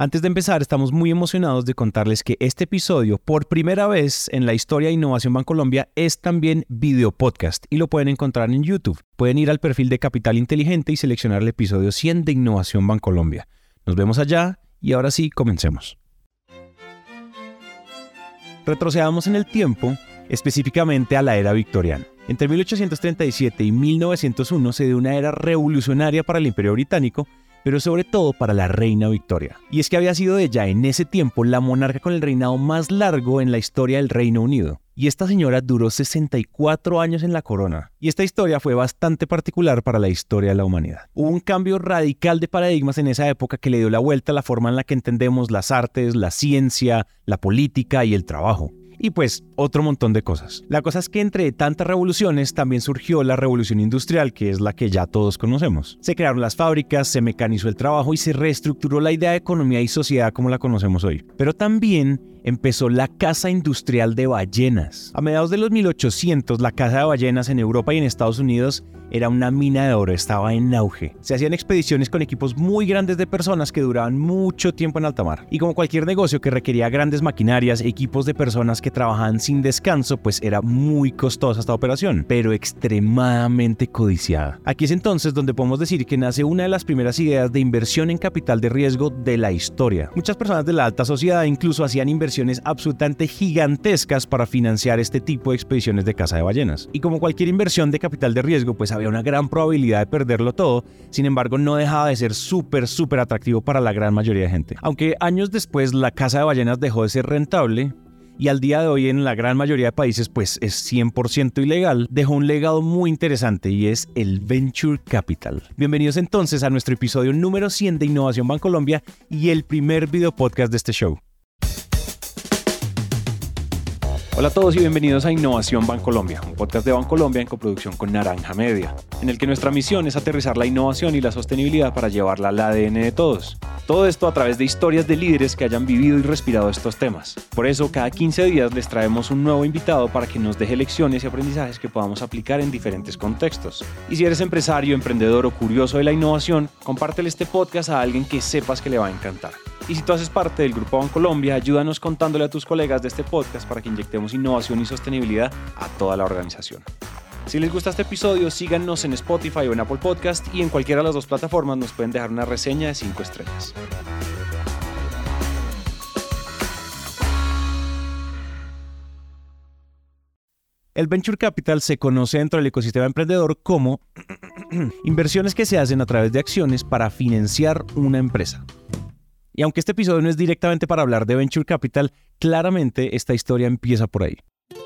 Antes de empezar, estamos muy emocionados de contarles que este episodio, por primera vez en la historia de Innovación Bancolombia, es también video podcast y lo pueden encontrar en YouTube. Pueden ir al perfil de Capital Inteligente y seleccionar el episodio 100 de Innovación Bancolombia. Nos vemos allá y ahora sí, comencemos. Retrocedamos en el tiempo, específicamente a la era victoriana. Entre 1837 y 1901 se dio una era revolucionaria para el Imperio Británico, pero sobre todo para la reina Victoria. Y es que había sido ella en ese tiempo la monarca con el reinado más largo en la historia del Reino Unido. Y esta señora duró 64 años en la corona. Y esta historia fue bastante particular para la historia de la humanidad. Hubo un cambio radical de paradigmas en esa época que le dio la vuelta a la forma en la que entendemos las artes, la ciencia, la política y el trabajo. Y pues otro montón de cosas. La cosa es que entre tantas revoluciones también surgió la revolución industrial, que es la que ya todos conocemos. Se crearon las fábricas, se mecanizó el trabajo y se reestructuró la idea de economía y sociedad como la conocemos hoy. Pero también empezó la caza industrial de ballenas. A mediados de los 1800, la caza de ballenas en Europa y en Estados Unidos era una mina de oro, estaba en auge. Se hacían expediciones con equipos muy grandes de personas que duraban mucho tiempo en alta mar. Y como cualquier negocio que requería grandes maquinarias, equipos de personas que trabajaban sin descanso, pues era muy costosa esta operación, pero extremadamente codiciada. Aquí es entonces donde podemos decir que nace una de las primeras ideas de inversión en capital de riesgo de la historia. Muchas personas de la alta sociedad incluso hacían inversiones absolutamente gigantescas para financiar este tipo de expediciones de caza de ballenas. Y como cualquier inversión de capital de riesgo, pues había una gran probabilidad de perderlo todo. Sin embargo, no dejaba de ser súper atractivo para la gran mayoría de gente. Aunque años después la caza de ballenas dejó de ser rentable y al día de hoy en la gran mayoría de países pues es 100% ilegal, dejó un legado muy interesante y es el Venture Capital. Bienvenidos entonces a nuestro episodio número 100 de Innovación Bancolombia y el primer video podcast de este show. Hola a todos y bienvenidos a Innovación Bancolombia, un podcast de Bancolombia en coproducción con Naranja Media, en el que nuestra misión es aterrizar la innovación y la sostenibilidad para llevarla al ADN de todos. Todo esto a través de historias de líderes que hayan vivido y respirado estos temas. Por eso, cada 15 días les traemos un nuevo invitado para que nos deje lecciones y aprendizajes que podamos aplicar en diferentes contextos. Y si eres empresario, emprendedor o curioso de la innovación, compártele este podcast a alguien que sepas que le va a encantar. Y si tú haces parte del Grupo Bancolombia, ayúdanos contándole a tus colegas de este podcast para que inyectemos innovación y sostenibilidad a toda la organización. Si les gusta este episodio, síganos en Spotify o en Apple Podcast y en cualquiera de las dos plataformas nos pueden dejar una reseña de 5 estrellas. El Venture Capital se conoce dentro del ecosistema emprendedor como inversiones que se hacen a través de acciones para financiar una empresa. Y aunque este episodio no es directamente para hablar de Venture Capital, claramente esta historia empieza por ahí.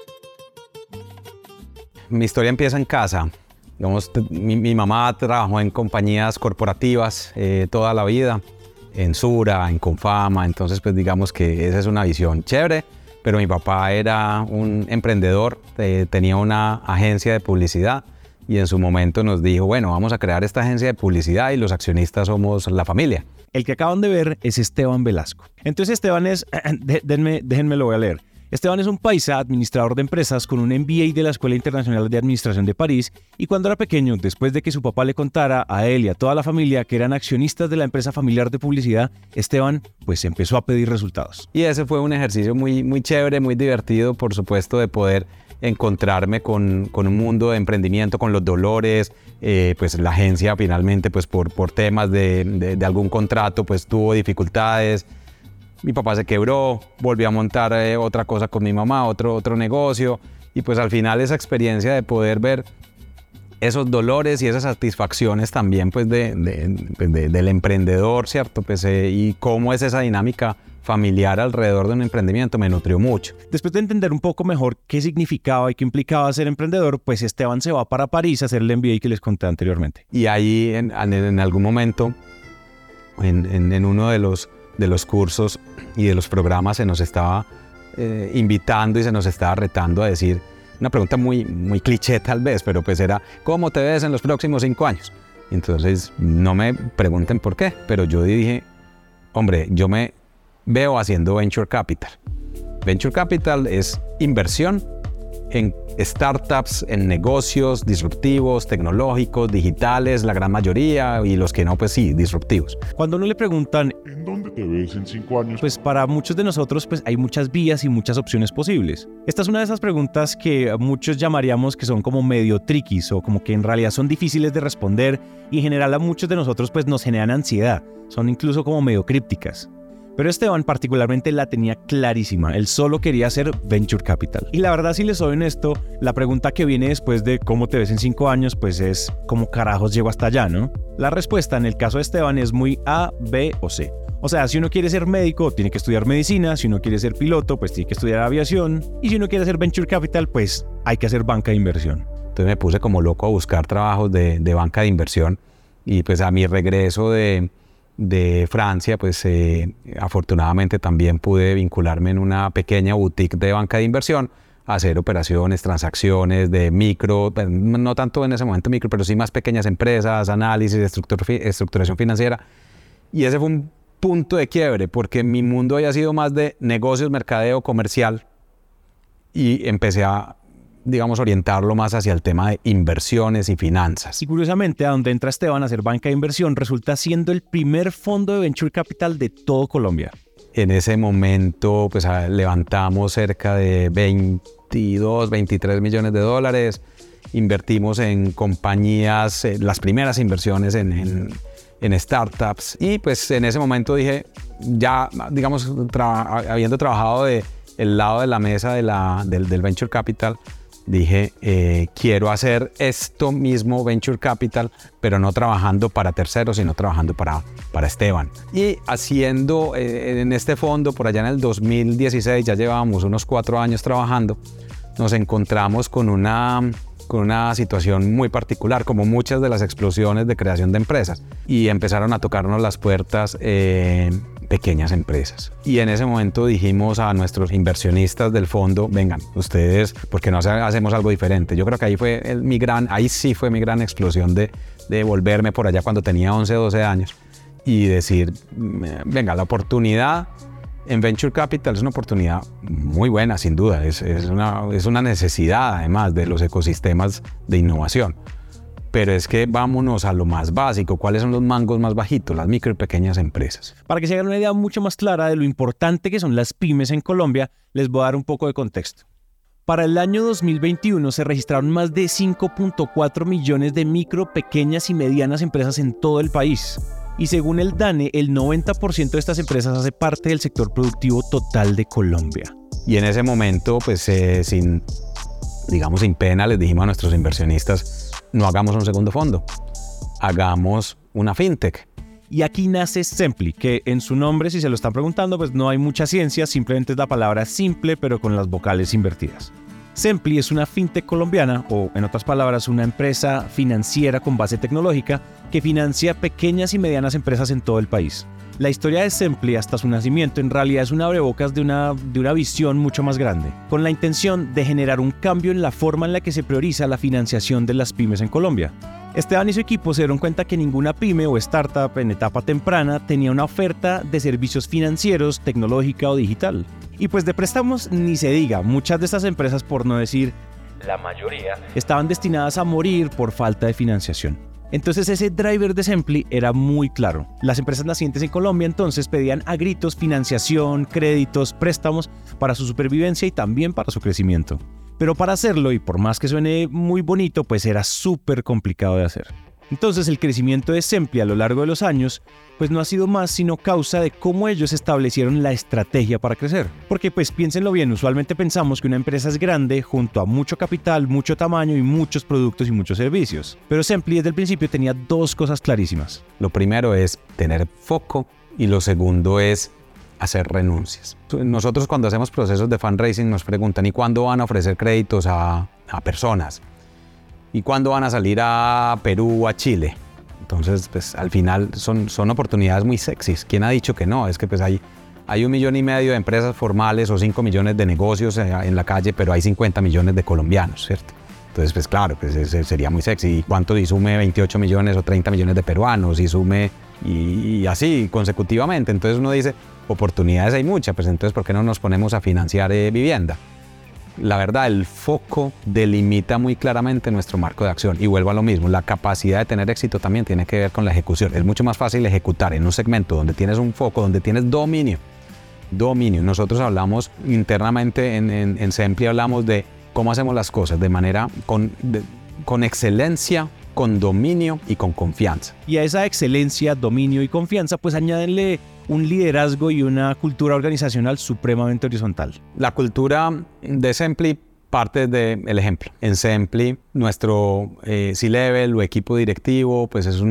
Mi historia empieza en casa. Digamos, mi mamá trabajó en compañías corporativas toda la vida, en Sura, en Confama, entonces pues digamos que esa es una visión chévere, pero mi papá era un emprendedor, tenía una agencia de publicidad y en su momento nos dijo, bueno, vamos a crear esta agencia de publicidad y los accionistas somos la familia. El que acaban de ver es Esteban Velasco. Entonces Esteban es, déjenme lo voy a leer. Esteban es un paisa, administrador de empresas con un MBA de la Escuela Internacional de Administración de París y cuando era pequeño, después de que su papá le contara a él y a toda la familia que eran accionistas de la empresa familiar de publicidad, Esteban pues empezó a pedir resultados. Y ese fue un ejercicio muy chévere, muy divertido, por supuesto, de poder encontrarme con un mundo de emprendimiento, con los dolores, pues la agencia finalmente pues por temas de algún contrato pues tuvo dificultades. Mi papá se quebró, volví a montar otra cosa con mi mamá, otro negocio y pues al final esa experiencia de poder ver esos dolores y esas satisfacciones también pues del emprendedor, ¿cierto? Pues, y cómo es esa dinámica familiar alrededor de un emprendimiento me nutrió mucho. Después de entender un poco mejor qué significaba y qué implicaba ser emprendedor, pues Esteban se va para París a hacer el MBA que les conté anteriormente. Y ahí en algún momento, en uno de los cursos y de los programas se nos estaba invitando y se nos estaba retando a decir una pregunta muy cliché tal vez, pero pues era ¿cómo te ves en los próximos 5 años? Entonces no me pregunten por qué, pero yo dije, hombre, yo me veo haciendo Venture Capital. Venture Capital es inversión en startups, en negocios disruptivos, tecnológicos, digitales, la gran mayoría, y los que no, pues sí, disruptivos. Cuando uno le preguntan ¿en dónde te ves en 5 años? Pues para muchos de nosotros pues hay muchas vías y muchas opciones posibles. Esta es una de esas preguntas que muchos llamaríamos que son como medio triquis o como que en realidad son difíciles de responder y en general a muchos de nosotros pues nos generan ansiedad, son incluso como medio crípticas. Pero Esteban particularmente la tenía clarísima, él solo quería hacer Venture Capital. Y la verdad, si les soy honesto, la pregunta que viene después de cómo te ves en 5 años, pues es ¿cómo carajos llego hasta allá, no? La respuesta en el caso de Esteban es muy A, B o C. O sea, si uno quiere ser médico, tiene que estudiar medicina, si uno quiere ser piloto, pues tiene que estudiar aviación, y si uno quiere hacer Venture Capital, pues hay que hacer banca de inversión. Entonces me puse como loco a buscar trabajos de banca de inversión y pues a mi regreso de Francia, pues afortunadamente también pude vincularme en una pequeña boutique de banca de inversión a hacer operaciones, transacciones de micro, no tanto en ese momento micro, pero sí más pequeñas empresas, análisis, estructuración financiera. Y ese fue un punto de quiebre porque mi mundo había sido más de negocios, mercadeo, comercial y empecé a, digamos, orientarlo más hacia el tema de inversiones y finanzas. Y curiosamente, a donde entra Esteban a hacer banca de inversión, resulta siendo el primer fondo de Venture Capital de todo Colombia. En ese momento, pues levantamos cerca de 22, 23 millones de dólares, invertimos en compañías, las primeras inversiones en startups, y pues en ese momento dije, ya, digamos, habiendo trabajado del lado de la mesa del Venture Capital, dije, quiero hacer esto mismo Venture Capital, pero no trabajando para terceros, sino trabajando para Esteban. Y haciendo en este fondo, por allá en el 2016, ya llevábamos unos 4 años trabajando, nos encontramos con una situación muy particular, como muchas de las explosiones de creación de empresas, y empezaron a tocarnos las puertas pequeñas empresas. Y en ese momento dijimos a nuestros inversionistas del fondo, vengan, ustedes, ¿por qué no hacemos algo diferente? Yo creo que ahí sí fue mi gran explosión de volverme por allá cuando tenía 11, 12 años y decir, venga, la oportunidad en Venture Capital es una oportunidad muy buena, sin duda, es una necesidad además de los ecosistemas de innovación. Pero es que vámonos a lo más básico. ¿Cuáles son los mangos más bajitos? Las micro y pequeñas empresas. Para que se hagan una idea mucho más clara de lo importante que son las pymes en Colombia, les voy a dar un poco de contexto. Para el año 2021 se registraron más de 5.4 millones de micro, pequeñas y medianas empresas en todo el país. Y según el DANE, el 90% de estas empresas hace parte del sector productivo total de Colombia. Y en ese momento, pues sin pena, les dijimos a nuestros inversionistas, no hagamos un segundo fondo, hagamos una fintech. Y aquí nace Zemply, que en su nombre, si se lo están preguntando, pues no hay mucha ciencia, simplemente es la palabra simple, pero con las vocales invertidas. Zemply es una fintech colombiana, o en otras palabras, una empresa financiera con base tecnológica que financia pequeñas y medianas empresas en todo el país. La historia de Zemply hasta su nacimiento en realidad es un abrebocas de una visión mucho más grande, con la intención de generar un cambio en la forma en la que se prioriza la financiación de las pymes en Colombia. Esteban y su equipo se dieron cuenta que ninguna pyme o startup en etapa temprana tenía una oferta de servicios financieros, tecnológica o digital. Y pues de préstamos ni se diga, muchas de estas empresas, por no decir la mayoría, estaban destinadas a morir por falta de financiación. Entonces ese driver de Zemply era muy claro. Las empresas nacientes en Colombia entonces pedían a gritos financiación, créditos, préstamos para su supervivencia y también para su crecimiento. Pero para hacerlo, y por más que suene muy bonito, pues era súper complicado de hacer. Entonces el crecimiento de Zemply a lo largo de los años pues no ha sido más sino causa de cómo ellos establecieron la estrategia para crecer. Porque pues piénsenlo bien, usualmente pensamos que una empresa es grande junto a mucho capital, mucho tamaño y muchos productos y muchos servicios. Pero Zemply desde el principio tenía 2 cosas clarísimas. Lo primero es tener foco y lo segundo es hacer renuncias. Nosotros cuando hacemos procesos de fundraising nos preguntan ¿y cuándo van a ofrecer créditos a personas? ¿Y cuándo van a salir a Perú o a Chile? Entonces, pues al final son oportunidades muy sexys. ¿Quién ha dicho que no? Es que pues hay 1,5 millones de empresas formales o 5 millones de negocios en la calle, pero hay 50 millones de colombianos, ¿cierto? Entonces, pues claro, pues sería muy sexy. ¿Cuánto y sume 28 millones o 30 millones de peruanos y sume y así consecutivamente? Entonces uno dice, oportunidades hay muchas, pues entonces ¿por qué no nos ponemos a financiar vivienda? la verdad, el foco delimita muy claramente nuestro marco de acción. Y vuelvo a lo mismo, la capacidad de tener éxito también tiene que ver con la ejecución. Es mucho más fácil ejecutar en un segmento donde tienes un foco, donde tienes dominio. Nosotros hablamos internamente en Sempli, hablamos de cómo hacemos las cosas de manera con excelencia, con dominio y con confianza. Y a esa excelencia, dominio y confianza, pues añádenle un liderazgo y una cultura organizacional supremamente horizontal. La cultura de Sempli parte del ejemplo. En Sempli, nuestro C-Level o equipo directivo, pues es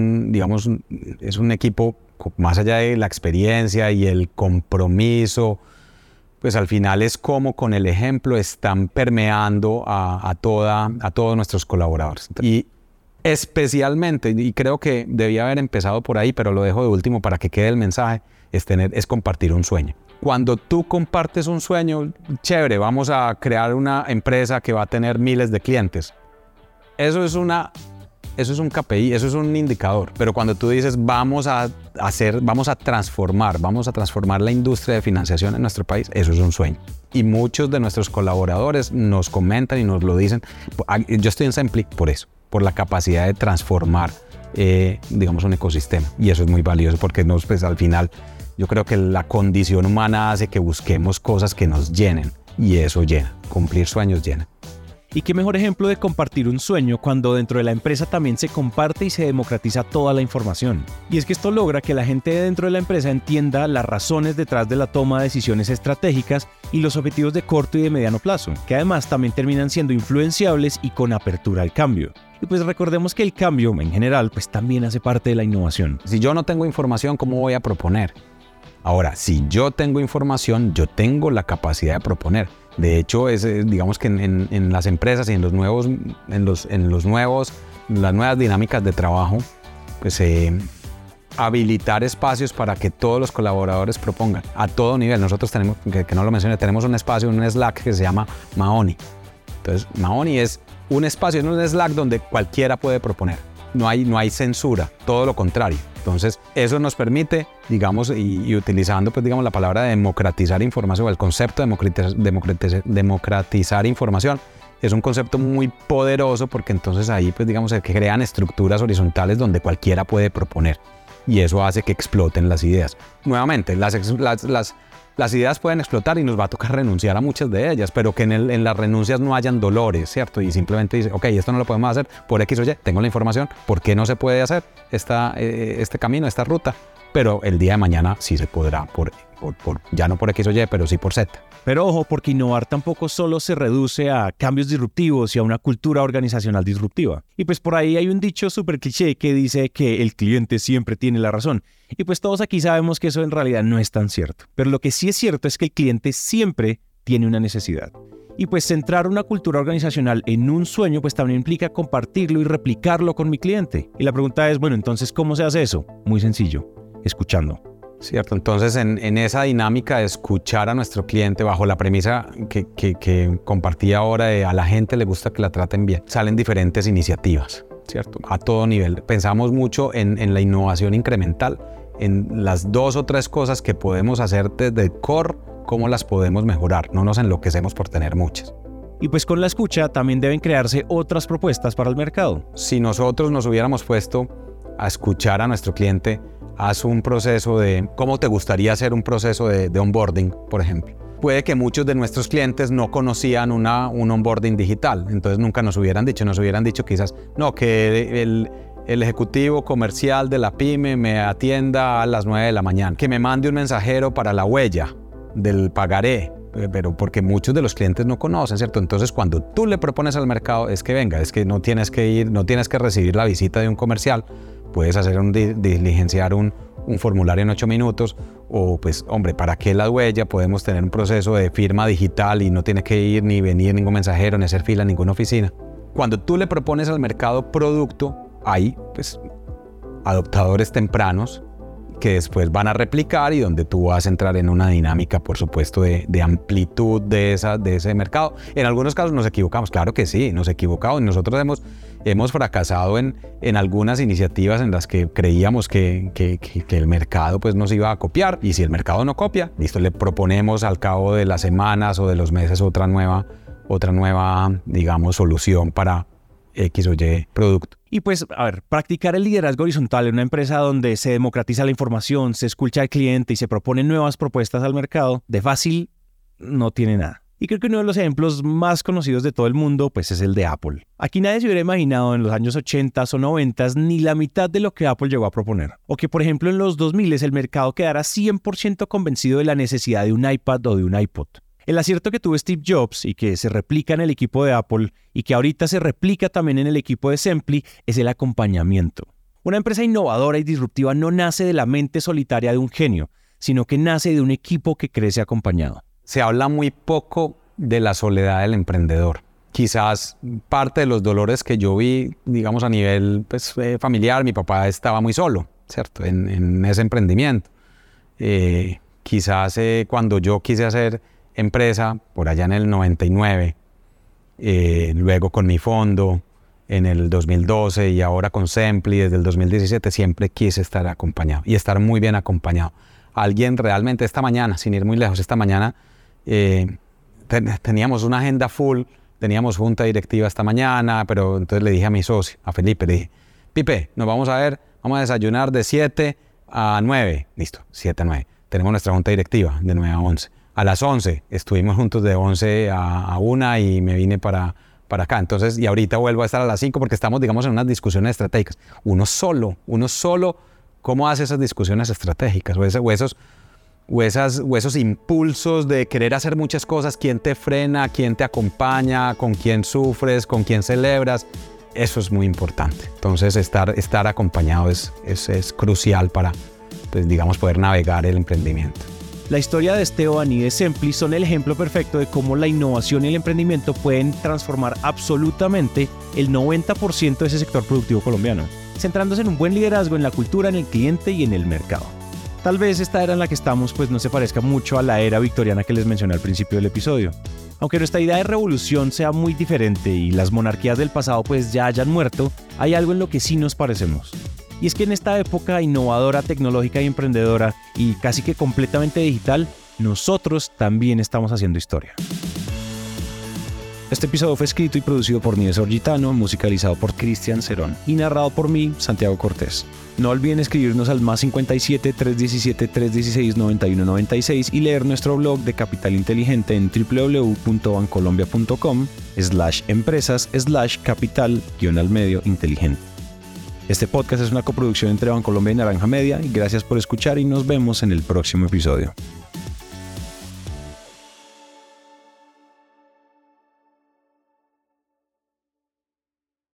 un equipo más allá de la experiencia y el compromiso, pues al final es como con el ejemplo están permeando a todos nuestros colaboradores. Y especialmente, y creo que debía haber empezado por ahí, pero lo dejo de último para que quede el mensaje, es compartir un sueño. Cuando tú compartes un sueño, chévere, vamos a crear una empresa que va a tener miles de clientes. Eso es un KPI, eso es un indicador. Pero cuando tú dices vamos a transformar la industria de financiación en nuestro país, eso es un sueño. Y muchos de nuestros colaboradores nos comentan y nos lo dicen. Yo estoy en Sempli por eso, por la capacidad de transformar, un ecosistema. Y eso es muy valioso porque pues, al final yo creo que la condición humana hace que busquemos cosas que nos llenen. Y eso llena, cumplir sueños llena. Y qué mejor ejemplo de compartir un sueño cuando dentro de la empresa también se comparte y se democratiza toda la información. Y es que esto logra que la gente dentro de la empresa entienda las razones detrás de la toma de decisiones estratégicas y los objetivos de corto y de mediano plazo, que además también terminan siendo influenciables y con apertura al cambio. Y pues recordemos que el cambio en general pues también hace parte de la innovación. Si yo no tengo información, ¿cómo voy a proponer? Ahora, si yo tengo información, yo tengo la capacidad de proponer. De hecho, digamos que en las empresas y en las nuevas dinámicas de trabajo, pues habilitar espacios para que todos los colaboradores propongan a todo nivel. Nosotros tenemos, que no lo mencioné, tenemos un espacio, un Slack que se llama Mahoney. Entonces, Mahoney es un espacio, es un Slack donde cualquiera puede proponer. No hay censura, todo lo contrario. Entonces, eso nos permite, digamos, y utilizando, pues, digamos, la palabra de democratizar información, o el concepto de democratizar información, es un concepto muy poderoso porque entonces ahí, pues, digamos, se crean estructuras horizontales donde cualquiera puede proponer y eso hace que exploten las ideas. Nuevamente, las ideas pueden explotar y nos va a tocar renunciar a muchas de ellas, pero que en las renuncias no hayan dolores, ¿cierto? Y simplemente dice, ok, esto no lo podemos hacer por X o Y, tengo la información, ¿por qué no se puede hacer este camino, esta ruta? Pero el día de mañana sí se podrá, ya no por X o Y, pero sí por Z. Pero ojo, porque innovar tampoco solo se reduce a cambios disruptivos y a una cultura organizacional disruptiva. Y pues por ahí hay un dicho súper cliché que dice que el cliente siempre tiene la razón. Y pues todos aquí sabemos que eso en realidad no es tan cierto. Pero lo que sí es cierto es que el cliente siempre tiene una necesidad. Y pues centrar una cultura organizacional en un sueño pues también implica compartirlo y replicarlo con mi cliente. Y la pregunta es, bueno, entonces, ¿cómo se hace eso? Muy sencillo, escuchando. Cierto, entonces en esa dinámica de escuchar a nuestro cliente bajo la premisa que compartí ahora de a la gente le gusta que la traten bien, salen diferentes iniciativas, ¿cierto? A todo nivel. Pensamos mucho en la innovación incremental, en las 2 o 3 cosas que podemos hacer desde el core, cómo las podemos mejorar, no nos enloquecemos por tener muchas. Y pues con la escucha también deben crearse otras propuestas para el mercado. Si nosotros nos hubiéramos puesto a escuchar a nuestro cliente, haz un proceso de cómo te gustaría hacer un proceso de onboarding, por ejemplo. Puede que muchos de nuestros clientes no conocían un onboarding digital, entonces nunca nos hubieran dicho quizás, no, que el ejecutivo comercial de la pyme me atienda a las 9 de la mañana, que me mande un mensajero para la huella del pagaré, pero porque muchos de los clientes no conocen, ¿cierto? Entonces cuando tú le propones al mercado es que venga, es que no tienes que recibir la visita de un comercial, puedes hacer diligenciar un formulario en 8 minutos o pues hombre, ¿para qué la huella? Podemos tener un proceso de firma digital y no tiene que ir ni venir ningún mensajero ni hacer fila en ninguna oficina. Cuando tú le propones al mercado producto, hay pues adoptadores tempranos que después van a replicar y donde tú vas a entrar en una dinámica, por supuesto, de amplitud de ese mercado. En algunos casos nos equivocamos, claro que sí, nos equivocamos. Nosotros hemos fracasado en algunas iniciativas en las que creíamos que el mercado pues nos iba a copiar y si el mercado no copia, listo, le proponemos al cabo de las semanas o de los meses otra nueva otra nueva, digamos, solución para X o Y producto. Y pues, a ver, practicar el liderazgo horizontal en una empresa donde se democratiza la información, se escucha al cliente y se proponen nuevas propuestas al mercado, de fácil no tiene nada. Y creo que uno de los ejemplos más conocidos de todo el mundo, pues es el de Apple. Aquí nadie se hubiera imaginado en los años 80 o 90 ni la mitad de lo que Apple llegó a proponer. O que, por ejemplo, en los 2000 el mercado quedara 100% convencido de la necesidad de un iPad o de un iPod. El acierto que tuvo Steve Jobs y que se replica en el equipo de Apple y que ahorita se replica también en el equipo de Sempli es el acompañamiento. Una empresa innovadora y disruptiva no nace de la mente solitaria de un genio, sino que nace de un equipo que crece acompañado. Se habla muy poco de la soledad del emprendedor. Quizás parte de los dolores que yo vi, digamos a nivel familiar, mi papá estaba muy solo, ¿cierto? En ese emprendimiento. Quizás cuando yo quise hacer empresa, por allá en el 99, luego con mi fondo, en el 2012 y ahora con Sempli desde el 2017, siempre quise estar acompañado y estar muy bien acompañado. Alguien realmente esta mañana, sin ir muy lejos, esta mañana teníamos una agenda full, teníamos junta directiva esta mañana, pero entonces le dije a mi socio, a Felipe, le dije, Pipe, nos vamos a ver, vamos a desayunar de 7 a 9, listo, 7 a 9, tenemos nuestra junta directiva de 9 a 11. A las 11 estuvimos juntos de 11 a 1 y me vine para acá. Entonces, y ahorita vuelvo a estar a las 5 porque estamos, digamos, en unas discusiones estratégicas. Uno solo, ¿cómo hace esas discusiones estratégicas? O esos impulsos de querer hacer muchas cosas, quién te frena, quién te acompaña, con quién sufres, con quién celebras. Eso es muy importante. Entonces, estar acompañado es crucial para, pues, digamos, poder navegar el emprendimiento. La historia de Esteban y de Sempli son el ejemplo perfecto de cómo la innovación y el emprendimiento pueden transformar absolutamente el 90% de ese sector productivo colombiano, centrándose en un buen liderazgo en la cultura, en el cliente y en el mercado. Tal vez esta era en la que estamos pues no se parezca mucho a la era victoriana que les mencioné al principio del episodio. Aunque nuestra idea de revolución sea muy diferente y las monarquías del pasado pues ya hayan muerto, hay algo en lo que sí nos parecemos. Y es que en esta época innovadora, tecnológica y emprendedora, y casi que completamente digital, nosotros también estamos haciendo historia. Este episodio fue escrito y producido por Nieves Orgitano, musicalizado por Cristian Cerón y narrado por mí, Santiago Cortés. No olviden escribirnos al +57 317 316 9196 y leer nuestro blog de Capital Inteligente en www.bancolombia.com/empresas/capital_inteligente. Este podcast es una coproducción entre Bancolombia y Naranja Media y gracias por escuchar y nos vemos en el próximo episodio.